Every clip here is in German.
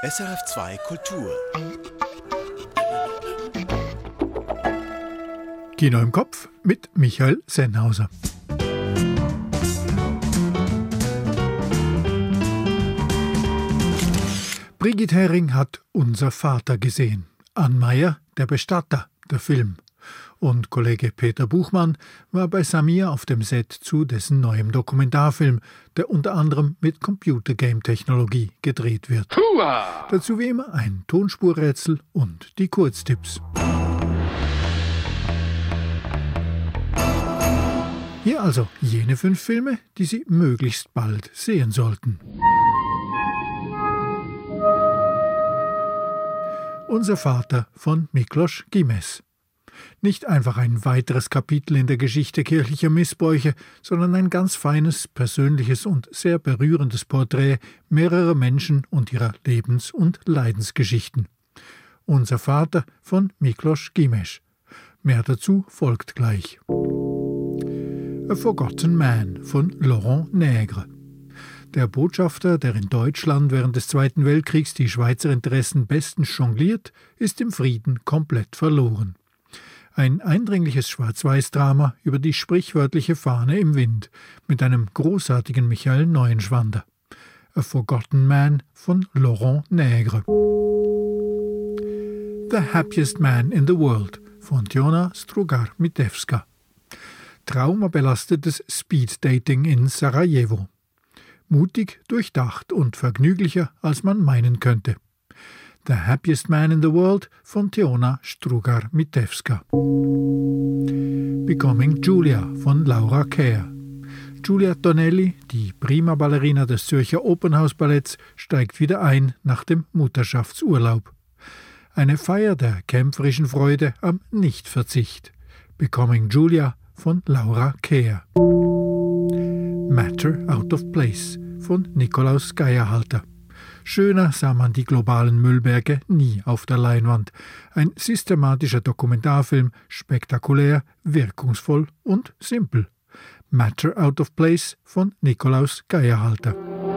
SRF2 Kultur. Kino im Kopf mit Michael Sennhauser. Brigitte Hering hat Unser Vater gesehen. Ann Meyer, Der Bestatter, der Film. Und Kollege Peter Buchmann war bei Samir auf dem Set zu dessen neuem Dokumentarfilm, der unter anderem mit Computergame-Technologie gedreht wird. Hua! Dazu wie immer ein Tonspurrätsel und die Kurztipps. Hier also jene 5 Filme, die Sie möglichst bald sehen sollten. Unser Vater von Miklos Gimes. Nicht einfach ein weiteres Kapitel in der Geschichte kirchlicher Missbräuche, sondern ein ganz feines, persönliches und sehr berührendes Porträt mehrerer Menschen und ihrer Lebens- und Leidensgeschichten. Unser Vater von Miklos Gimes. Mehr dazu folgt gleich. A Forgotten Man von Laurent Nègre. Der Botschafter, der in Deutschland während des Zweiten Weltkriegs die Schweizer Interessen bestens jongliert, ist im Frieden komplett verloren. Ein eindringliches Schwarz-Weiß-Drama über die sprichwörtliche Fahne im Wind mit einem großartigen Michael Neuenschwander. A Forgotten Man von Laurent Nègre. The Happiest Man in the World von Tiona Strugar-Mitewska. Traumabelastetes Speed-Dating in Sarajevo. Mutig, durchdacht und vergnüglicher, als man meinen könnte. The Happiest Man in the World von Tiona Strugar-Mitewska. Becoming Julia von Laura Kehr. Giulia Tonelli, die Prima-Ballerina des Zürcher Opernhausballetts, steigt wieder ein nach dem Mutterschaftsurlaub. Eine Feier der kämpferischen Freude am Nichtverzicht. Becoming Julia von Laura Kehr. Matter Out of Place von Nikolaus Geierhalter. Schöner sah man die globalen Müllberge nie auf der Leinwand. Ein systematischer Dokumentarfilm, spektakulär, wirkungsvoll und simpel. Matter Out of Place von Nikolaus Geierhalter.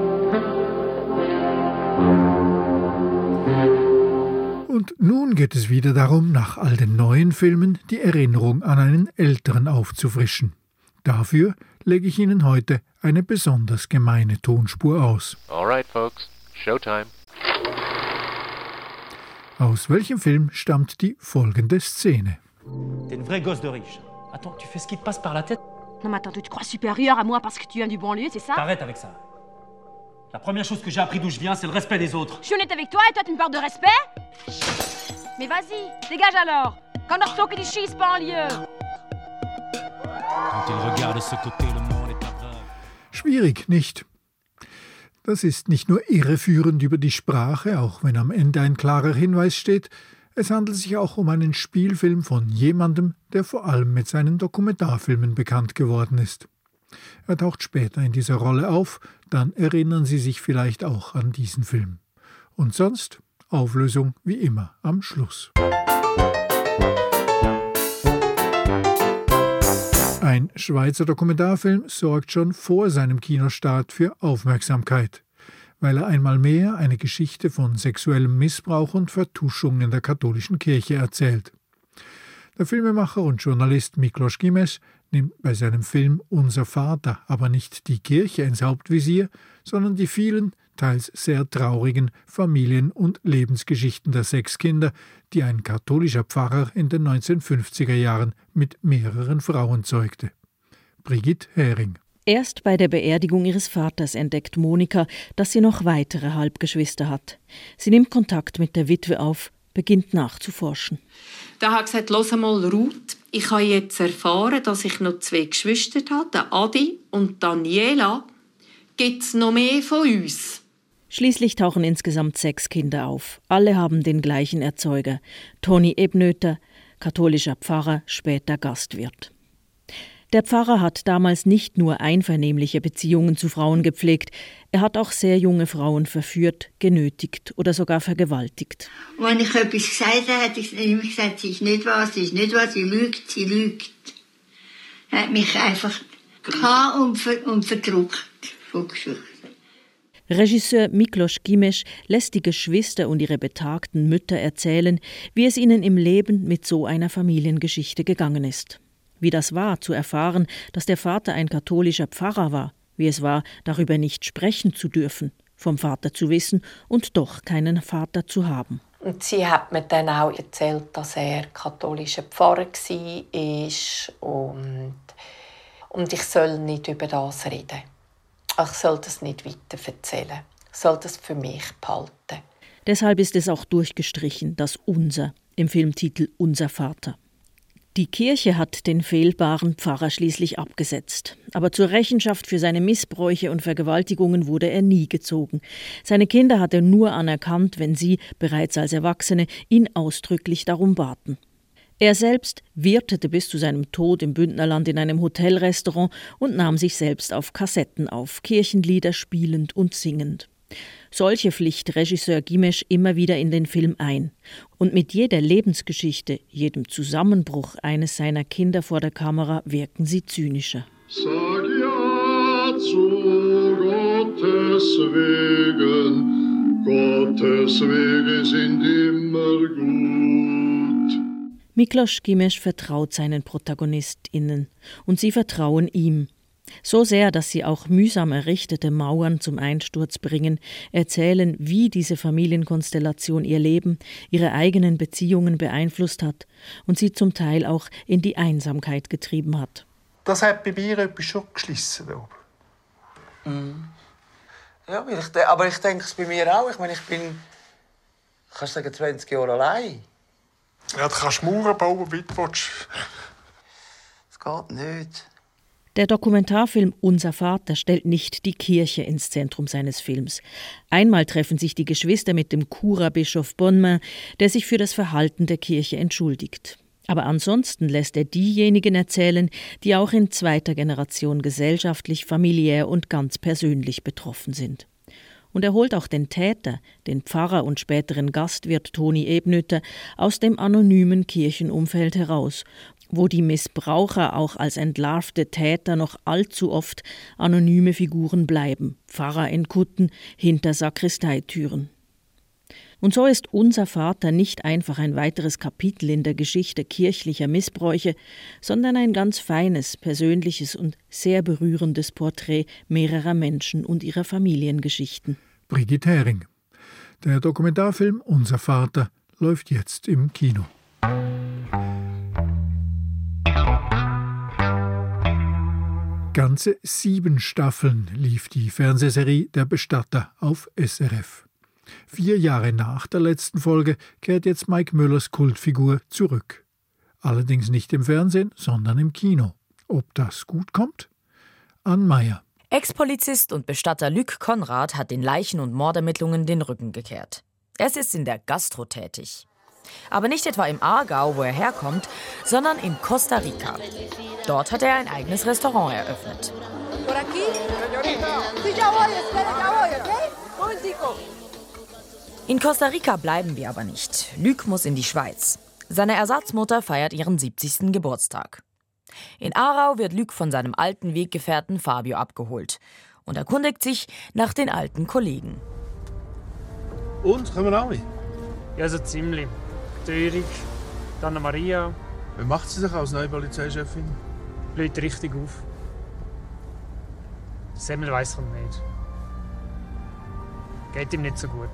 Und nun geht es wieder darum, nach all den neuen Filmen die Erinnerung an einen älteren aufzufrischen. Dafür lege ich Ihnen heute eine besonders gemeine Tonspur aus. Alright, folks. Showtime. Aus welchem Film stammt die folgende Szene? T'es une vraie gosse de riche. Attends, tu fais ce qui te passe par la tête? Non mais attends, tu te crois supérieur à moi parce que tu viens du banlieue, c'est ça? T'arrêtes avec ça. La première chose que j'ai appris d'où je viens, c'est le respect des autres. Je suis honnête avec toi et toi tu me parles de respect? Mais vas-y, dégage alors. Quand on retourne que die schießt banlieue. Quand il regarde ce côté, le monde est aveugle. Schwierig, nicht? Das ist nicht nur irreführend über die Sprache, auch wenn am Ende ein klarer Hinweis steht. Es handelt sich auch um einen Spielfilm von jemandem, der vor allem mit seinen Dokumentarfilmen bekannt geworden ist. Er taucht später in dieser Rolle auf, dann erinnern Sie sich vielleicht auch an diesen Film. Und sonst Auflösung wie immer am Schluss. Ein Schweizer Dokumentarfilm sorgt schon vor seinem Kinostart für Aufmerksamkeit, weil er einmal mehr eine Geschichte von sexuellem Missbrauch und Vertuschung in der katholischen Kirche erzählt. Der Filmemacher und Journalist Miklos Gimes nimmt bei seinem Film Unser Vater aber nicht die Kirche ins Hauptvisier, sondern die vielen, teils sehr traurigen Familien- und Lebensgeschichten der 6 Kinder, die ein katholischer Pfarrer in den 1950er Jahren mit mehreren Frauen zeugte. Brigitte Hering. Erst bei der Beerdigung ihres Vaters entdeckt Monika, dass sie noch weitere Halbgeschwister hat. Sie nimmt Kontakt mit der Witwe auf, beginnt nachzuforschen. Da hat gesagt, «Los einmal, Ruth, ich habe jetzt erfahren, dass ich noch 2 Geschwister habe, der Adi und Daniela. Gibt es noch mehr von uns?» Schließlich tauchen insgesamt 6 Kinder auf. Alle haben den gleichen Erzeuger. Toni Ebnöter, katholischer Pfarrer, später Gastwirt. Der Pfarrer hat damals nicht nur einvernehmliche Beziehungen zu Frauen gepflegt, er hat auch sehr junge Frauen verführt, genötigt oder sogar vergewaltigt. Und wenn ich etwas gesagt habe, hat ich immer gesagt, sie ist nicht wahr, sie lügt, sie lügt. Er hat mich einfach gehabt und verdrückt von Geschichten. Regisseur Miklos Gimes lässt die Geschwister und ihre betagten Mütter erzählen, wie es ihnen im Leben mit so einer Familiengeschichte gegangen ist. Wie das war, zu erfahren, dass der Vater ein katholischer Pfarrer war, wie es war, darüber nicht sprechen zu dürfen, vom Vater zu wissen und doch keinen Vater zu haben. Und sie hat mir dann auch erzählt, dass er katholischer Pfarrer war und ich soll nicht über das reden. Ich soll das nicht weiter erzählen. Ich soll das für mich behalten. Deshalb ist es auch durchgestrichen, das Unser im Filmtitel Unser Vater. Die Kirche hat den fehlbaren Pfarrer schließlich abgesetzt. Aber zur Rechenschaft für seine Missbräuche und Vergewaltigungen wurde er nie gezogen. Seine Kinder hat er nur anerkannt, wenn sie, bereits als Erwachsene, ihn ausdrücklich darum baten. Er selbst wirtete bis zu seinem Tod im Bündnerland in einem Hotelrestaurant und nahm sich selbst auf Kassetten auf, Kirchenlieder spielend und singend. Solche pflicht Regisseur Gimes immer wieder in den Film ein. Und mit jeder Lebensgeschichte, jedem Zusammenbruch eines seiner Kinder vor der Kamera wirken sie zynischer. Sag ja zu Gottes Wegen, Gottes Wege sind immer gut. Miklos Gimes vertraut seinen ProtagonistInnen und sie vertrauen ihm. So sehr, dass sie auch mühsam errichtete Mauern zum Einsturz bringen, erzählen, wie diese Familienkonstellation ihr Leben, ihre eigenen Beziehungen beeinflusst hat und sie zum Teil auch in die Einsamkeit getrieben hat. Das hat bei mir etwas schon geschlissen. Ja, aber ich denke es bei mir auch. Ich meine, ich bin, kannst du sagen, 20 Jahre allein. Ja, du kannst Mauern bauen, wie du willst. Das geht nicht. Der Dokumentarfilm Unser Vater stellt nicht die Kirche ins Zentrum seines Films. Einmal treffen sich die Geschwister mit dem Chura-Bischof Bonmain, der sich für das Verhalten der Kirche entschuldigt. Aber ansonsten lässt er diejenigen erzählen, die auch in zweiter Generation gesellschaftlich, familiär und ganz persönlich betroffen sind. Und er holt auch den Täter, den Pfarrer und späteren Gastwirt Toni Ebnöter, aus dem anonymen Kirchenumfeld heraus, wo die Missbraucher auch als entlarvte Täter noch allzu oft anonyme Figuren bleiben, Pfarrer in Kutten hinter Sakristeitüren. Und so ist Unser Vater nicht einfach ein weiteres Kapitel in der Geschichte kirchlicher Missbräuche, sondern ein ganz feines, persönliches und sehr berührendes Porträt mehrerer Menschen und ihrer Familiengeschichten. Brigitte Hering. Der Dokumentarfilm Unser Vater läuft jetzt im Kino. Ganze 7 Staffeln lief die Fernsehserie Der Bestatter auf SRF. 4 Jahre nach der letzten Folge kehrt jetzt Mike Müllers Kultfigur zurück. Allerdings nicht im Fernsehen, sondern im Kino. Ob das gut kommt? Ann Meyer. Ex-Polizist und Bestatter Luc Konrad hat den Leichen- und Mordermittlungen den Rücken gekehrt. Er ist in der Gastro tätig. Aber nicht etwa im Aargau, wo er herkommt, sondern in Costa Rica. Dort hat er ein eigenes Restaurant eröffnet. In Costa Rica bleiben wir aber nicht. Luc muss in die Schweiz. Seine Ersatzmutter feiert ihren 70. Geburtstag. In Aarau wird Luc von seinem alten Weggefährten Fabio abgeholt und erkundigt sich nach den alten Kollegen. Und, kommen alle? Ja, so ziemlich. Erik, Anna Maria. Wie macht sie sich als neue Polizeichefin? Blüht richtig auf. Semmel weiss er nicht. Geht ihm nicht so gut.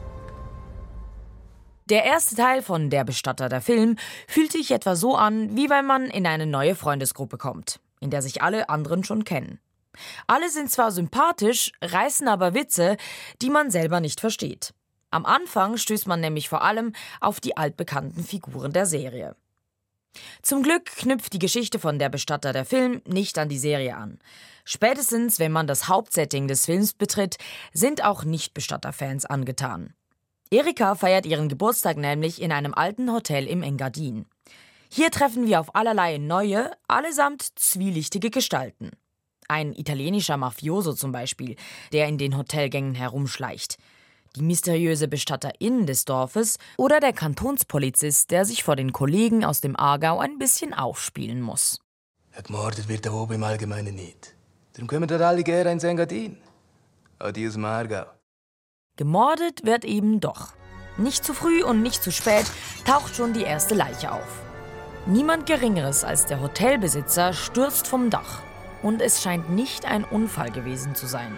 Der erste Teil von Der Bestatter, der Film, fühlt sich etwa so an, wie wenn man in eine neue Freundesgruppe kommt, in der sich alle anderen schon kennen. Alle sind zwar sympathisch, reißen aber Witze, die man selber nicht versteht. Am Anfang stößt man nämlich vor allem auf die altbekannten Figuren der Serie. Zum Glück knüpft die Geschichte von Der Bestatter, der Film, nicht an die Serie an. Spätestens, wenn man das Hauptsetting des Films betritt, sind auch Nicht-Bestatter-Fans angetan. Erika feiert ihren Geburtstag nämlich in einem alten Hotel im Engadin. Hier treffen wir auf allerlei neue, allesamt zwielichtige Gestalten. Ein italienischer Mafioso zum Beispiel, der in den Hotelgängen herumschleicht. Die mysteriöse Bestatterin des Dorfes oder der Kantonspolizist, der sich vor den Kollegen aus dem Aargau ein bisschen aufspielen muss. Gemordet wird da oben im Allgemeinen nicht. Darum kommen dort alle gerne ins Engadin. die aus dem Aargau. Gemordet wird eben doch. Nicht zu früh und nicht zu spät taucht schon die erste Leiche auf. Niemand Geringeres als der Hotelbesitzer stürzt vom Dach. Und es scheint nicht ein Unfall gewesen zu sein.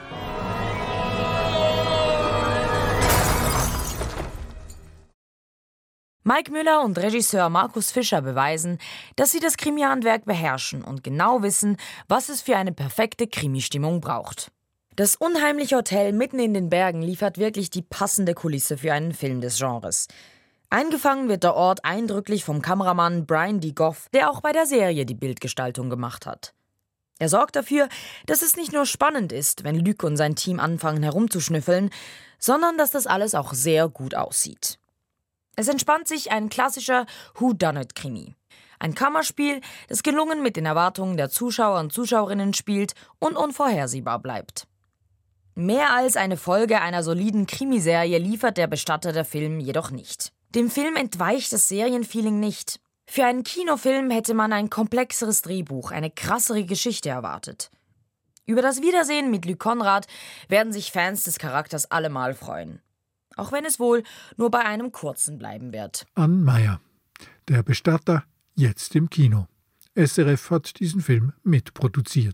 Mike Müller und Regisseur Markus Fischer beweisen, dass sie das Krimi-Handwerk beherrschen und genau wissen, was es für eine perfekte Krimi-Stimmung braucht. Das unheimliche Hotel mitten in den Bergen liefert wirklich die passende Kulisse für einen Film des Genres. Eingefangen wird der Ort eindrücklich vom Kameramann Brian D. Goff, der auch bei der Serie die Bildgestaltung gemacht hat. Er sorgt dafür, dass es nicht nur spannend ist, wenn Luc und sein Team anfangen herumzuschnüffeln, sondern dass das alles auch sehr gut aussieht. Es entspannt sich ein klassischer Whodunit-Krimi. Ein Kammerspiel, das gelungen mit den Erwartungen der Zuschauer und Zuschauerinnen spielt und unvorhersehbar bleibt. Mehr als eine Folge einer soliden Krimiserie liefert der Bestatter der Film jedoch nicht. Dem Film entweicht das Serienfeeling nicht. Für einen Kinofilm hätte man ein komplexeres Drehbuch, eine krassere Geschichte erwartet. Über das Wiedersehen mit Luc Conrad werden sich Fans des Charakters allemal freuen. Auch wenn es wohl nur bei einem kurzen bleiben wird. Ann Meyer, der Bestatter, jetzt im Kino. SRF hat diesen Film mitproduziert.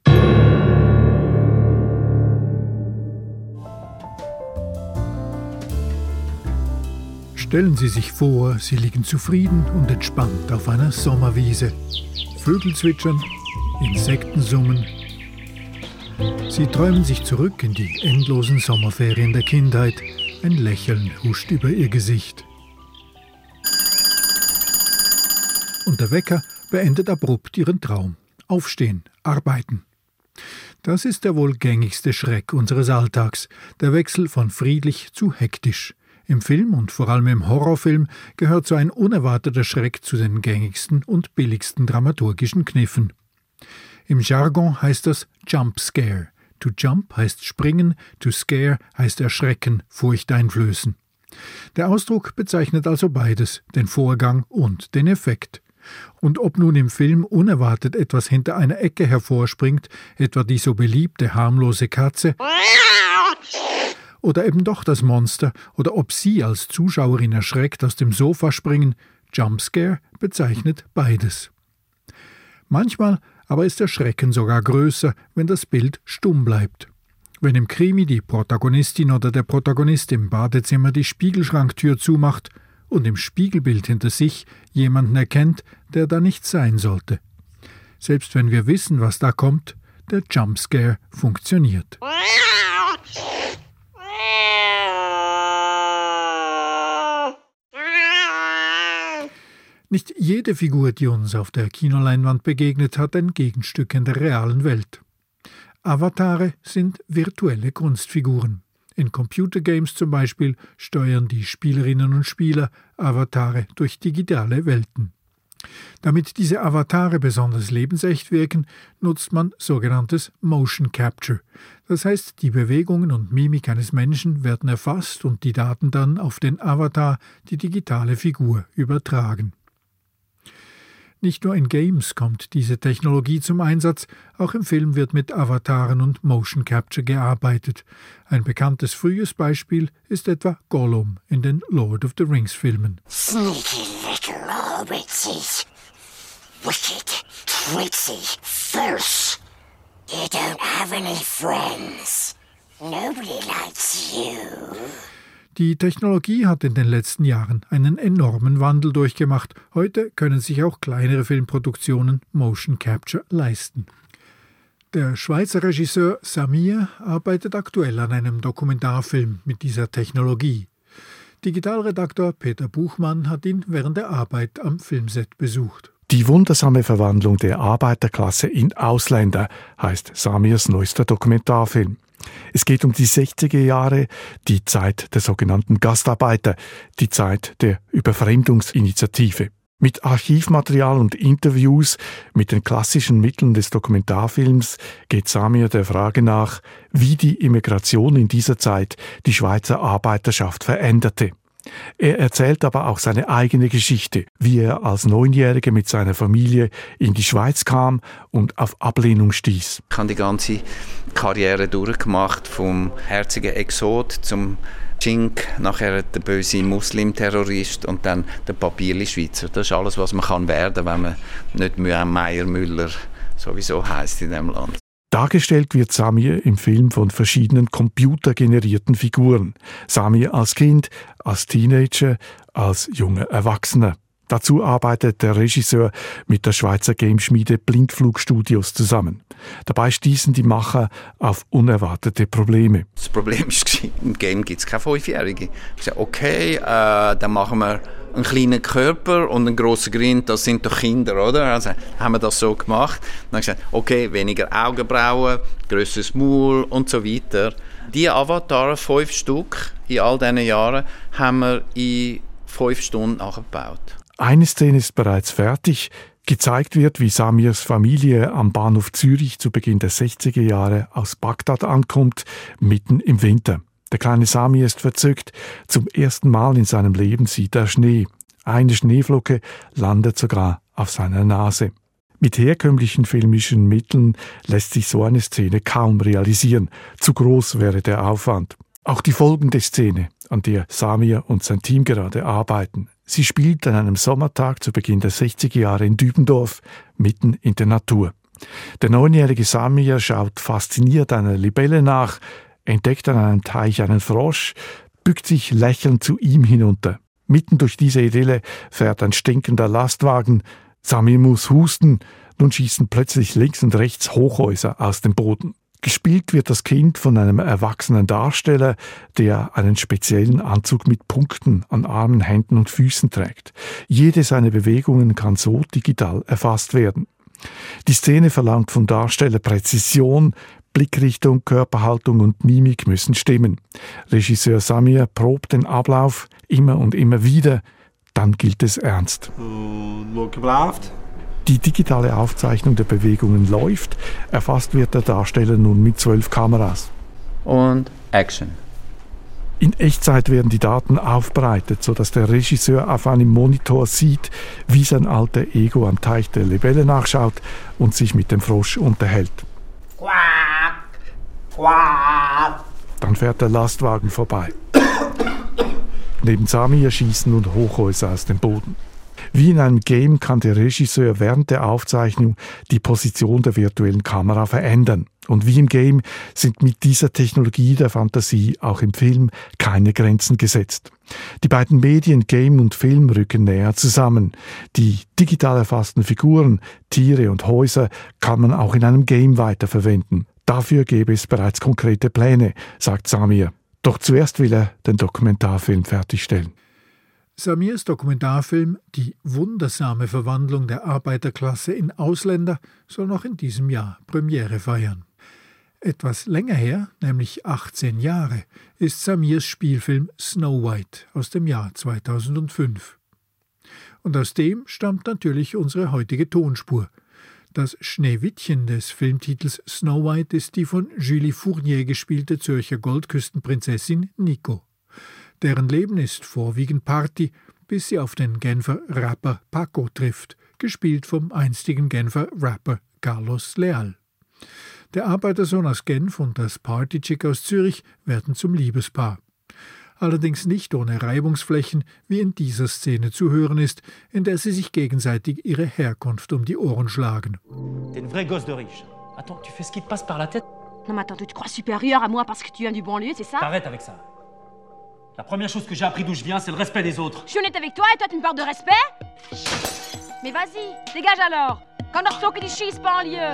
Stellen Sie sich vor, Sie liegen zufrieden und entspannt auf einer Sommerwiese. Vögel zwitschern, Insekten summen. Sie träumen sich zurück in die endlosen Sommerferien der Kindheit. Ein Lächeln huscht über Ihr Gesicht. Und der Wecker beendet abrupt Ihren Traum. Aufstehen, arbeiten. Das ist der wohl gängigste Schreck unseres Alltags, der Wechsel von friedlich zu hektisch. Im Film und vor allem im Horrorfilm gehört so ein unerwarteter Schreck zu den gängigsten und billigsten dramaturgischen Kniffen. Im Jargon heißt das Jump Scare. To jump heißt springen, to scare heißt erschrecken, Furcht einflößen. Der Ausdruck bezeichnet also beides, den Vorgang und den Effekt. Und ob nun im Film unerwartet etwas hinter einer Ecke hervorspringt, etwa die so beliebte harmlose Katze, oder eben doch das Monster, oder ob Sie als Zuschauerin erschreckt aus dem Sofa springen, Jumpscare bezeichnet beides. Manchmal aber ist der Schrecken sogar größer, wenn das Bild stumm bleibt. Wenn im Krimi die Protagonistin oder der Protagonist im Badezimmer die Spiegelschranktür zumacht und im Spiegelbild hinter sich jemanden erkennt, der da nicht sein sollte. Selbst wenn wir wissen, was da kommt, der Jumpscare funktioniert. Nicht jede Figur, die uns auf der Kinoleinwand begegnet, hat ein Gegenstück in der realen Welt. Avatare sind virtuelle Kunstfiguren. In Computergames zum Beispiel steuern die Spielerinnen und Spieler Avatare durch digitale Welten. Damit diese Avatare besonders lebensecht wirken, nutzt man sogenanntes Motion Capture. Das heißt, die Bewegungen und Mimik eines Menschen werden erfasst und die Daten dann auf den Avatar, die digitale Figur, übertragen. Nicht nur in Games kommt diese Technologie zum Einsatz, auch im Film wird mit Avataren und Motion Capture gearbeitet. Ein bekanntes frühes Beispiel ist etwa Gollum in den Lord of the Rings Filmen. Sneaky little hobbitses. Wicked, tricksy, fierce. You don't have any friends. Nobody likes you. Die Technologie hat in den letzten Jahren einen enormen Wandel durchgemacht. Heute können sich auch kleinere Filmproduktionen Motion Capture leisten. Der Schweizer Regisseur Samir arbeitet aktuell an einem Dokumentarfilm mit dieser Technologie. Digitalredaktor Peter Buchmann hat ihn während der Arbeit am Filmset besucht. Die wundersame Verwandlung der Arbeiterklasse in Ausländer heißt Samirs neuester Dokumentarfilm. Es geht um die 60er Jahre, die Zeit der sogenannten Gastarbeiter, die Zeit der Überfremdungsinitiative. Mit Archivmaterial und Interviews mit den klassischen Mitteln des Dokumentarfilms geht Samir der Frage nach, wie die Immigration in dieser Zeit die Schweizer Arbeiterschaft veränderte. Er erzählt aber auch seine eigene Geschichte, wie er als 9-Jähriger mit seiner Familie in die Schweiz kam und auf Ablehnung stieß. Ich habe die ganze Karriere durchgemacht, vom herzigen Exot zum Chink, nachher der böse Muslimterrorist und dann der Papierli-Schweizer. Das ist alles, was man kann werden, wenn man nicht Meier-Müller sowieso heisst in diesem Land. Dargestellt wird Samir im Film von verschiedenen computergenerierten Figuren. Samir als Kind, als Teenager, als junger Erwachsener. Dazu arbeitet der Regisseur mit der Schweizer Gameschmiede Blindflug Studios zusammen. Dabei stießen die Macher auf unerwartete Probleme. Das Problem ist, im Game gibt es keine 5-Jährigen. Ich sage, okay, dann machen wir einen kleinen Körper und einen grossen Grind, das sind doch Kinder, oder? Also haben wir das so gemacht. Dann habe ich gesagt, okay, weniger Augenbrauen, grösseres Maul und so weiter. Diese Avatare, 5 Stück in all diesen Jahren, haben wir in 5 Stunden nachgebaut. Eine Szene ist bereits fertig. Gezeigt wird, wie Samirs Familie am Bahnhof Zürich zu Beginn der 60er Jahre aus Bagdad ankommt, mitten im Winter. Der kleine Samir ist verzückt. Zum ersten Mal in seinem Leben sieht er Schnee. Eine Schneeflocke landet sogar auf seiner Nase. Mit herkömmlichen filmischen Mitteln lässt sich so eine Szene kaum realisieren. Zu groß wäre der Aufwand. Auch die folgende Szene, an der Samir und sein Team gerade arbeiten. Sie spielt an einem Sommertag zu Beginn der 60er Jahre in Dübendorf, mitten in der Natur. Der 9-jährige Samir schaut fasziniert einer Libelle nach, entdeckt an einem Teich einen Frosch, bückt sich lächelnd zu ihm hinunter. Mitten durch diese Idylle fährt ein stinkender Lastwagen. Samir muss husten, nun schießen plötzlich links und rechts Hochhäuser aus dem Boden. Gespielt wird das Kind von einem erwachsenen Darsteller, der einen speziellen Anzug mit Punkten an Armen, Händen und Füßen trägt. Jede seiner Bewegungen kann so digital erfasst werden. Die Szene verlangt vom Darsteller Präzision, Blickrichtung, Körperhaltung und Mimik müssen stimmen. Regisseur Samir probt den Ablauf immer und immer wieder, dann gilt es ernst. Die digitale Aufzeichnung der Bewegungen läuft, erfasst wird der Darsteller nun mit 12 Kameras. Und Action. In Echtzeit werden die Daten aufbereitet, sodass der Regisseur auf einem Monitor sieht, wie sein alter Ego am Teich der Libelle nachschaut und sich mit dem Frosch unterhält. Dann fährt der Lastwagen vorbei. Neben Samir schießen nun Hochhäuser aus dem Boden. Wie in einem Game kann der Regisseur während der Aufzeichnung die Position der virtuellen Kamera verändern. Und wie im Game sind mit dieser Technologie der Fantasie auch im Film keine Grenzen gesetzt. Die beiden Medien Game und Film rücken näher zusammen. Die digital erfassten Figuren, Tiere und Häuser kann man auch in einem Game weiterverwenden. Dafür gäbe es bereits konkrete Pläne, sagt Samir. Doch zuerst will er den Dokumentarfilm fertigstellen. Samirs Dokumentarfilm »Die wundersame Verwandlung der Arbeiterklasse in Ausländer« soll noch in diesem Jahr Premiere feiern. Etwas länger her, nämlich 18 Jahre, ist Samirs Spielfilm »Snow White« aus dem Jahr 2005. Und aus dem stammt natürlich unsere heutige Tonspur. Das Schneewittchen des Filmtitels Snow White ist die von Julie Fournier gespielte Zürcher Goldküstenprinzessin Nico. Deren Leben ist vorwiegend Party, bis sie auf den Genfer Rapper Paco trifft, gespielt vom einstigen Genfer Rapper Carlos Leal. Der Arbeitersohn aus Genf und das Partychick aus Zürich werden zum Liebespaar. Allerdings nicht ohne Reibungsflächen, wie in dieser Szene zu hören ist, in der sie sich gegenseitig ihre Herkunft um die Ohren schlagen. T'es une vraie gosse de riche. Attends, tu fais ce qui te passe par la tête? Non mais attends, tu te crois supérieur à moi parce que tu viens du banlieue, c'est ça? T'arrêtes avec ça. La première chose que j'ai appris d'où je viens, c'est le respect des autres. Je suis honnête avec toi et toi tu me parles de respect? Mais vas-y, dégage alors. Condorceau qui dit schieß banlieue.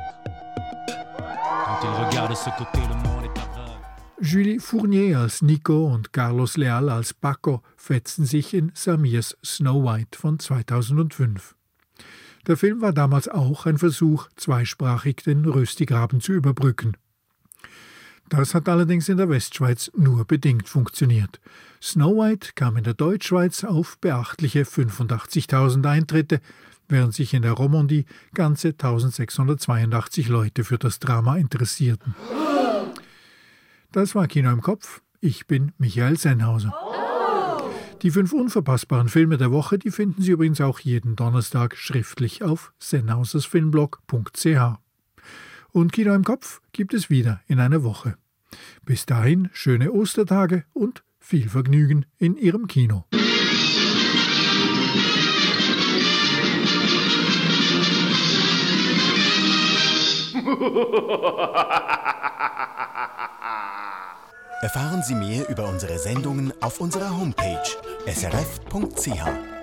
Quand il regarde ce côté, le monde est aveugle. Julie Fournier als Nico und Carlos Leal als Paco fetzen sich in Samirs Snow White von 2005. Der Film war damals auch ein Versuch, zweisprachig den Röstigraben zu überbrücken. Das hat allerdings in der Westschweiz nur bedingt funktioniert. Snow White kam in der Deutschschweiz auf beachtliche 85.000 Eintritte, während sich in der Romandie ganze 1.682 Leute für das Drama interessierten. Das war Kino im Kopf. Ich bin Michael Sennhauser. Die 5 unverpassbaren Filme der Woche, die finden Sie übrigens auch jeden Donnerstag schriftlich auf sennhausersfilmblog.ch. Und Kino im Kopf gibt es wieder in einer Woche. Bis dahin schöne Ostertage und viel Vergnügen in Ihrem Kino. Erfahren Sie mehr über unsere Sendungen auf unserer Homepage srf.ch.